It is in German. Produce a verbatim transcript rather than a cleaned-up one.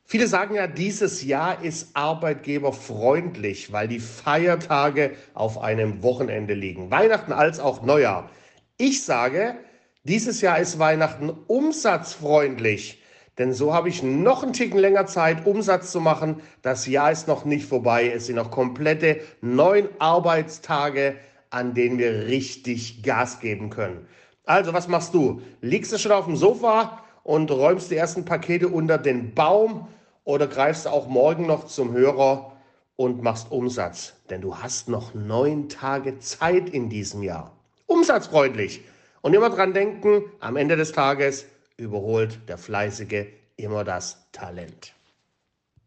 Viele sagen ja, dieses Jahr ist arbeitgeberfreundlich, weil die Feiertage auf einem Wochenende liegen. Weihnachten als auch Neujahr. Ich sage, dieses Jahr ist Weihnachten umsatzfreundlich, denn so habe ich noch einen Ticken länger Zeit, Umsatz zu machen. Das Jahr ist noch nicht vorbei. Es sind noch komplette neun Arbeitstage, an denen wir richtig Gas geben können. Also, was machst du? Liegst du schon auf dem Sofa und räumst die ersten Pakete unter den Baum oder greifst du auch morgen noch zum Hörer und machst Umsatz? Denn du hast noch neun Tage Zeit in diesem Jahr. Umsatzfreundlich. Und immer dran denken, am Ende des Tages überholt der Fleißige immer das Talent.